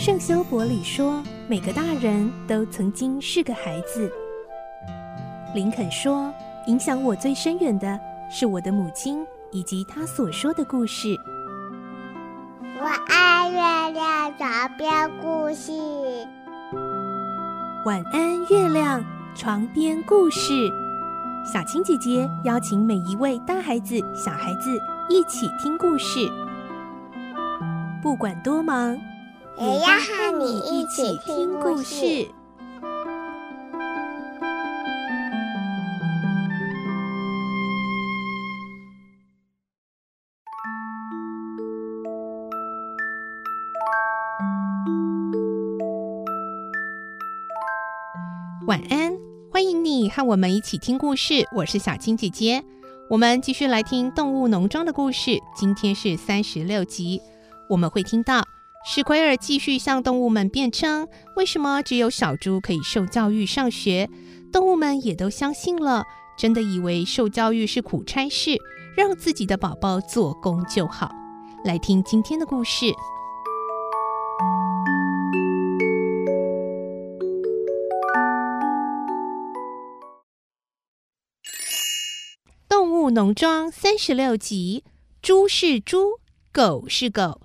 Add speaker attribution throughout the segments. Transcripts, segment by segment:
Speaker 1: 圣修伯里说，每个大人都曾经是个孩子。林肯说，影响我最深远的是我的母亲以及她所说的故事。
Speaker 2: 我爱月亮床边故事。
Speaker 1: 晚安，月亮床边故事。小青姐姐邀请每一位大孩子、小孩子一起听故事，不管多忙，
Speaker 2: 也要和你一起听故事。
Speaker 1: 晚安，欢迎你和我们一起听故事，我是小青姐姐。我们继续来听动物农庄的故事，今天是36集。我们会听到史奎尔继续向动物们辩称，为什么只有小猪可以受教育上学。动物们也都相信了，真的以为受教育是苦差事，让自己的宝宝做工就好。来听今天的故事。动物农庄36集，猪是猪，狗是狗。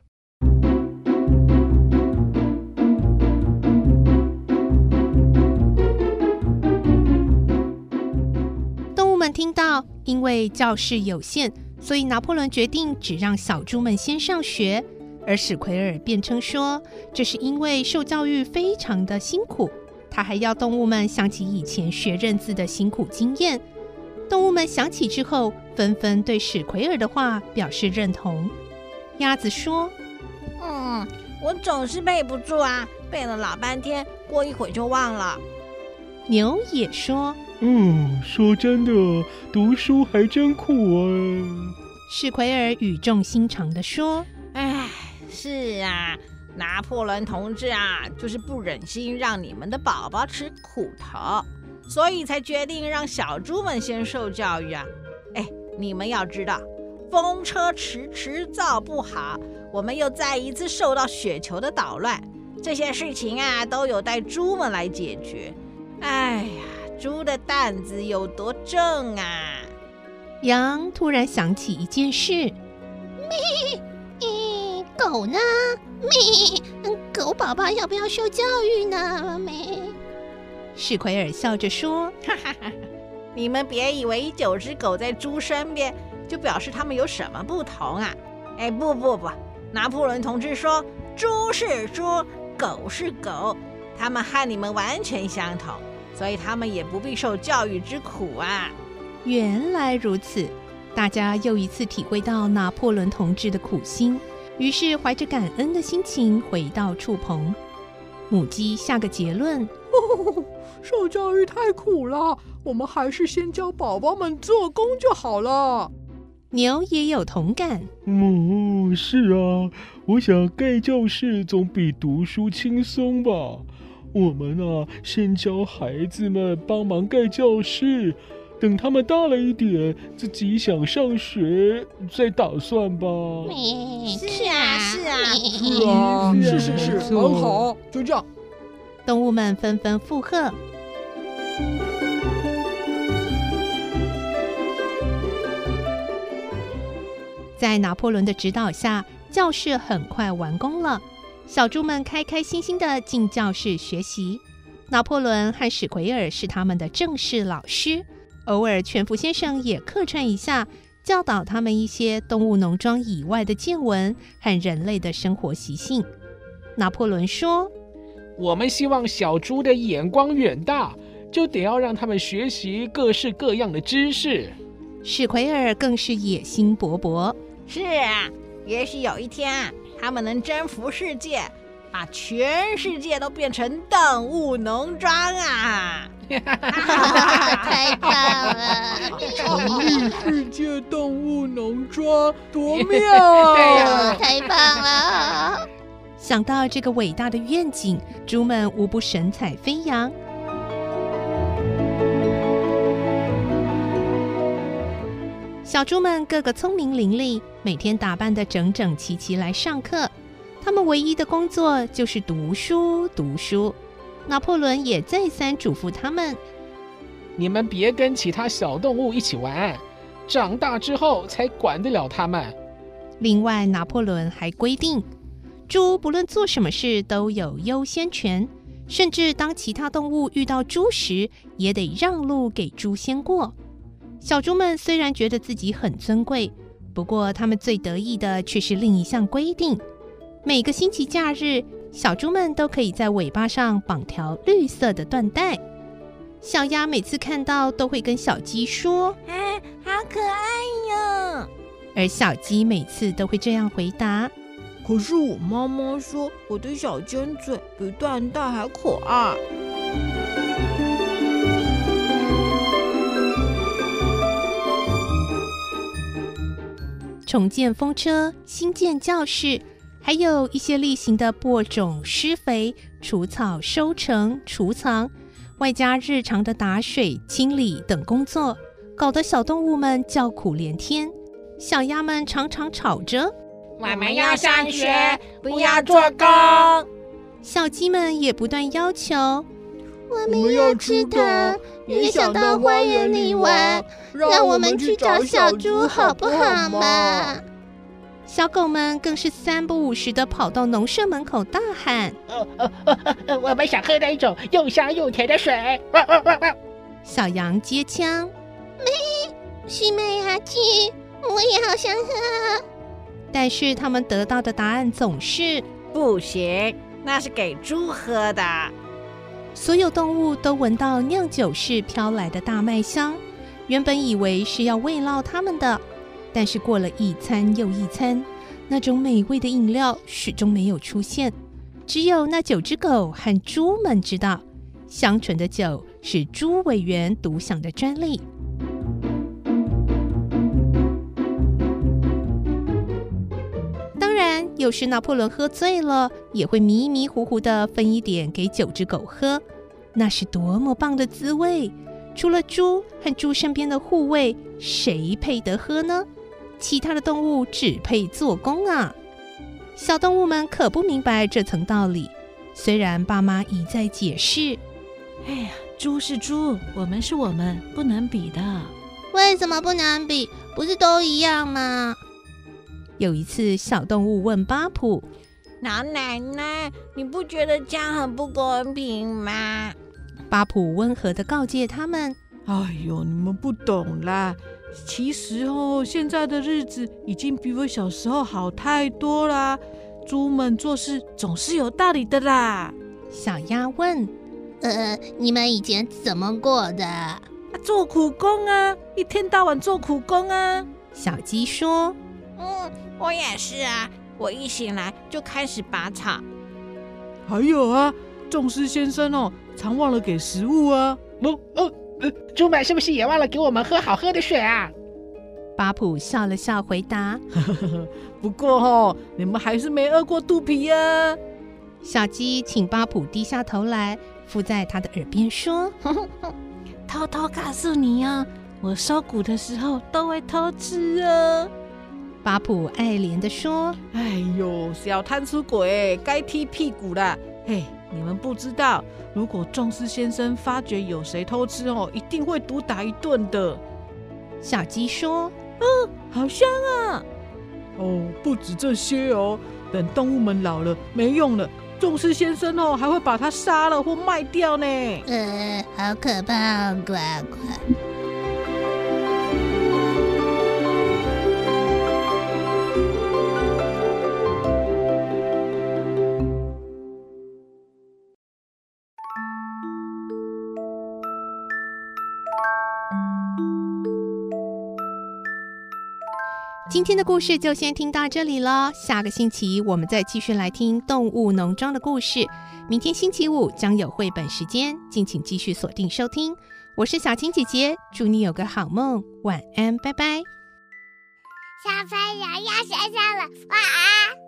Speaker 1: 动物们听到，因为教室有限，所以拿破仑决定只让小猪们先上学，而史奎尔辩称说，这是因为受教育非常的辛苦，他还要动物们想起以前学认字的辛苦经验。动物们想起之后，纷纷对史奎尔的话表示认同。鸭子说，
Speaker 3: 我总是背不住啊，背了老半天，过一会就忘了。
Speaker 1: 牛也说，
Speaker 4: 说真的，读书还真酷啊。
Speaker 1: 史奎尔语重心长地说，
Speaker 3: 是啊，拿破仑同志啊，就是不忍心让你们的宝宝吃苦头，所以才决定让小猪们先受教育啊！你们要知道，风车迟造不好，我们又再一次受到雪球的捣乱，这些事情啊，都有待猪们来解决。猪的担子有多重啊！
Speaker 1: 羊突然想起一件事，
Speaker 5: 狗呢？狗宝宝要不要受教育呢？
Speaker 1: 史奎尔笑着说，
Speaker 3: 你们别以为9只狗在猪身边就表示它们有什么不同啊！不，拿破仑同志说，猪是猪，狗是狗，它们和你们完全相同，所以它们也不必受教育之苦啊！
Speaker 1: 原来如此，大家又一次体会到拿破仑同志的苦心，于是怀着感恩的心情回到畜棚。母鸡下个结论，
Speaker 6: 受教育太苦了，我们还是先教宝宝们做工就好了。
Speaker 1: 牛也有同感，
Speaker 4: 是啊，我想盖教室总比读书轻松吧。我们先教孩子们帮忙盖教室，等他们大了一点，自己想上学再打算吧。
Speaker 3: 是啊，
Speaker 6: 是，很好，就这样。
Speaker 1: 动物们纷纷附和。在拿破仑的指导下，教室很快完工了。小猪们开开心心地进教室学习。拿破仑和史奎尔是他们的正式老师，偶尔全福先生也客串一下，教导他们一些动物农庄以外的见闻和人类的生活习性。拿破仑说，
Speaker 7: 我们希望小猪的眼光远大，就得要让他们学习各式各样的知识。
Speaker 1: 史奎尔更是野心勃勃。
Speaker 3: 是啊，也许有一天他们能征服世界，把全世界都变成动物农庄啊！
Speaker 5: 太棒了！
Speaker 6: 成立世界动物农庄，多妙啊！
Speaker 7: 对呀，
Speaker 5: 太棒了！
Speaker 1: 想到这个伟大的愿景，猪们无不神采飞扬。小猪们个个聪明伶俐，每天打扮得整整齐齐来上课。 他们唯一的工作就是读书读书。拿破仑也再三嘱咐他们，
Speaker 7: 你们别跟其他小动物一起玩，长大之后才管得了他们。
Speaker 1: 另外，拿破仑还规定，猪不论做什么事都有优先权，甚至当其他动物遇到猪时，也得让路给猪先过。小猪们虽然觉得自己很尊贵，不过他们最得意的却是另一项规定，每个星期假日，小猪们都可以在尾巴上绑条绿色的缎带。小鸭每次看到都会跟小鸡说：“
Speaker 3: 好可爱哟！”
Speaker 1: 而小鸡每次都会这样回答：“
Speaker 6: 可是我妈妈说我的小尖嘴比缎带还可爱。”
Speaker 1: 重建风车、新建教室，还有一些例行的播种、施肥、除草、收成、储藏，外加日常的打水、清理等工作，搞得小动物们叫苦连天。小鸭们常常吵着：“
Speaker 3: 我们要上学，不要做工。”
Speaker 1: 小鸡们也不断要求：“
Speaker 2: 我们要吃糖，也想到花园里玩，让我们去找小猪好不好嘛？”
Speaker 1: 小狗们更是三不五时的跑到农舍门口大喊：“
Speaker 7: 我们想喝那种又香又甜的水！”
Speaker 1: 小羊接枪：“
Speaker 2: 是麦芽鸡，我也好想喝。”
Speaker 1: 但是他们得到的答案总是：“
Speaker 3: 不行，那是给猪喝的。”
Speaker 1: 所有动物都闻到酿酒室飘来的大麦香，原本以为是要慰劳他们的，但是过了一餐又一餐，那种美味的饮料始终没有出现。只有那9只狗和猪们知道，香醇的酒是猪委员独享的专利。当然，有时拿破仑喝醉了，也会迷迷糊糊的分一点给9只狗喝，那是多么棒的滋味！除了猪和猪身边的护卫，谁配得喝呢？其他的动物只配做工啊！小动物们可不明白这层道理，虽然爸妈一再解释：“
Speaker 3: 哎呀，猪是猪，我们是我们，不能比的。”
Speaker 2: 为什么不能比？不是都一样吗？
Speaker 1: 有一次，小动物问巴普：“
Speaker 3: 老奶奶，你不觉得这样很不公平吗？”
Speaker 1: 巴普温和地告诫他们：“
Speaker 6: 哎呦，你们不懂啦！其实现在的日子已经比我小时候好太多啦。猪们做事总是有道理的啦。”
Speaker 1: 小鸭问：“
Speaker 2: 你们以前怎么过的？”
Speaker 6: 做苦工啊，一天到晚做苦工啊。
Speaker 1: 小鸡说：“
Speaker 3: 我也是啊，我一醒来就开始拔草。”
Speaker 6: 还有啊，仲斯先生常忘了给食物啊。
Speaker 7: 猪们是不是也忘了给我们喝好喝的水啊？
Speaker 1: 巴普笑了笑回答：“
Speaker 6: 不过你们还是没饿过肚皮啊。”
Speaker 1: 小鸡请巴普低下头来，附在他的耳边说：“
Speaker 3: 偷偷告诉你哦，我收谷的时候都会偷吃啊。”
Speaker 1: 巴普爱怜地说：“
Speaker 6: 哎呦，小贪吃鬼，该踢屁股啦！嘿，你们不知道，如果仲斯先生发觉有谁偷吃一定会毒打一顿的。”
Speaker 1: 小鸡说：“
Speaker 6: 好香啊！”不止这些等动物们老了没用了，仲斯先生还会把它杀了或卖掉呢。
Speaker 2: 好可怕哦，呱呱。
Speaker 1: 今天的故事就先听到这里了，下个星期我们再继续来听动物农庄的故事。明天星期5将有绘本时间，敬请继续锁定收听。我是小青姐姐，祝你有个好梦，晚安，拜拜。
Speaker 2: 小朋友要睡觉了，晚安。